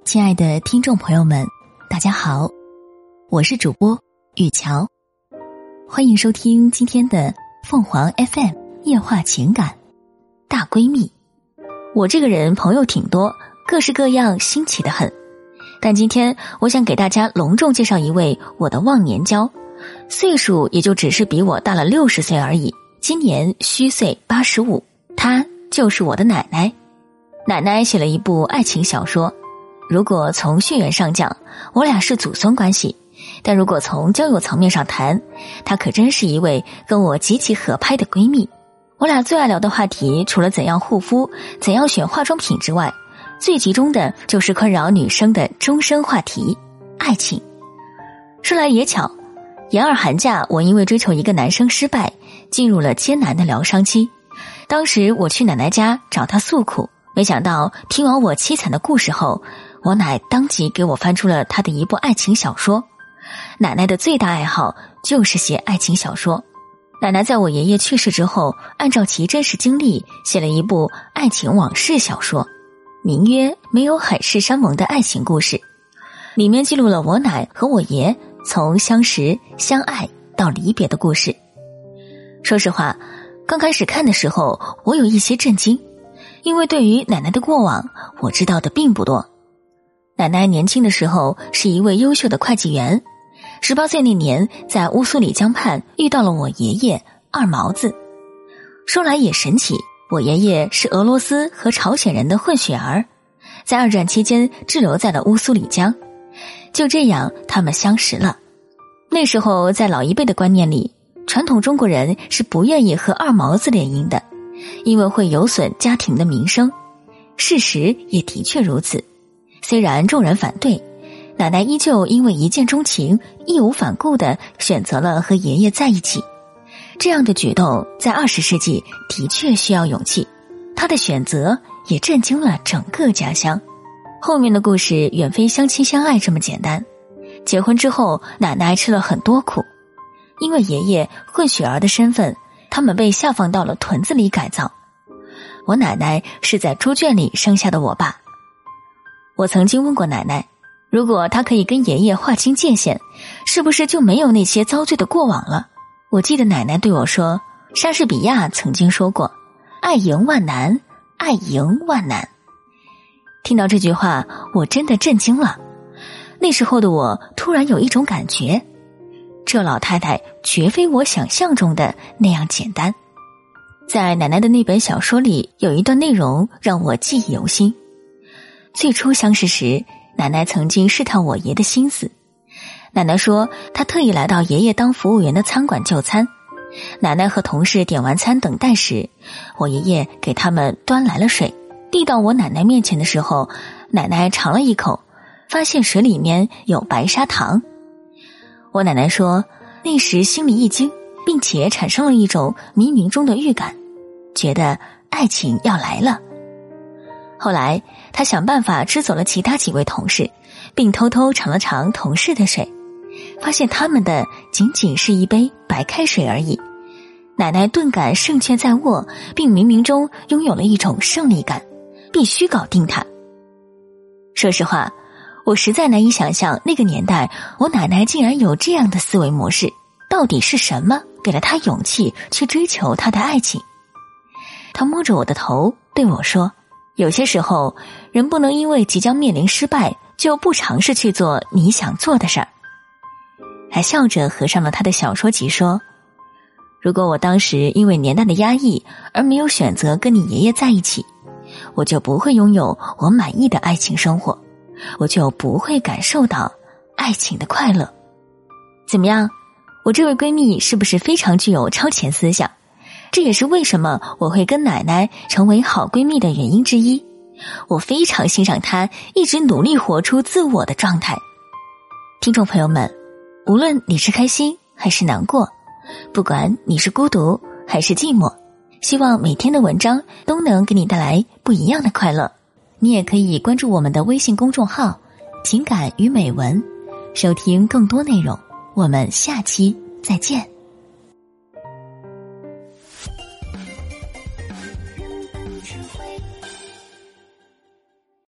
亲爱的听众朋友们，大家好，我是主播雨乔，欢迎收听今天的凤凰 FM 夜话情感大闺蜜。我这个人朋友挺多，各式各样，新奇的很，但今天我想给大家隆重介绍一位我的忘年交，岁数也就只是比我大了60岁而已，今年虚岁85，她就是我的奶奶。奶奶写了一部爱情小说，如果从血缘上讲，我俩是祖孙关系，但如果从交友层面上谈，她可真是一位跟我极其合拍的闺蜜。我俩最爱聊的话题，除了怎样护肤、怎样选化妆品之外，最集中的就是困扰女生的终身话题——爱情。说来也巧，研二寒假，我因为追求一个男生失败，进入了艰难的疗伤期。当时我去奶奶家找她诉苦，没想到听完我凄惨的故事后，我奶当即给我翻出了她的一部爱情小说。奶奶的最大爱好就是写爱情小说。奶奶在我爷爷去世之后，按照其真实经历写了一部爱情往事小说，名曰《没有海誓山盟的爱情故事》，里面记录了我奶和我爷从相识、相爱到离别的故事。说实话，刚开始看的时候，我有一些震惊，因为对于奶奶的过往，我知道的并不多。奶奶年轻的时候是一位优秀的会计员，18岁那年在乌苏里江畔遇到了我爷爷二毛子。说来也神奇，我爷爷是俄罗斯和朝鲜人的混血儿，在二战期间滞留在了乌苏里江，就这样他们相识了。那时候在老一辈的观念里，传统中国人是不愿意和二毛子联姻的，因为会有损家庭的名声。事实也的确如此，虽然众人反对，奶奶依旧因为一见钟情，义无反顾地选择了和爷爷在一起。这样的举动在20世纪的确需要勇气，她的选择也震惊了整个家乡。后面的故事远非相亲相爱这么简单。结婚之后，奶奶吃了很多苦，因为爷爷混血儿的身份，他们被下放到了屯子里改造。我奶奶是在猪圈里生下的我爸。我曾经问过奶奶，如果她可以跟爷爷划清界限，是不是就没有那些遭罪的过往了？我记得奶奶对我说，莎士比亚曾经说过，爱赢万难，爱赢万难。听到这句话，我真的震惊了。那时候的我突然有一种感觉，这老太太绝非我想象中的那样简单。在奶奶的那本小说里，有一段内容让我记忆犹新。最初相识时，奶奶曾经试探我爷的心思。奶奶说，她特意来到爷爷当服务员的餐馆就餐。奶奶和同事点完餐等待时，我爷爷给他们端来了水，递到我奶奶面前的时候，奶奶尝了一口，发现水里面有白砂糖。我奶奶说，那时心里一惊，并且产生了一种冥冥中的预感，觉得爱情要来了。后来她想办法支走了其他几位同事，并偷偷尝了尝同事的水，发现他们的仅仅是一杯白开水而已。奶奶顿感胜券在握，并冥冥中拥有了一种胜利感，必须搞定它。说实话，我实在难以想象那个年代我奶奶竟然有这样的思维模式，到底是什么给了她勇气去追求她的爱情？她摸着我的头对我说，有些时候人不能因为即将面临失败就不尝试去做你想做的事儿。还笑着合上了他的小说集说，如果我当时因为年代的压抑而没有选择跟你爷爷在一起，我就不会拥有我满意的爱情生活，我就不会感受到爱情的快乐。怎么样，我这位闺蜜是不是非常具有超前思想？这也是为什么我会跟奶奶成为好闺蜜的原因之一。我非常欣赏她一直努力活出自我的状态。听众朋友们，无论你是开心还是难过，不管你是孤独还是寂寞，希望每天的文章都能给你带来不一样的快乐。你也可以关注我们的微信公众号情感与美文，收听更多内容。我们下期再见。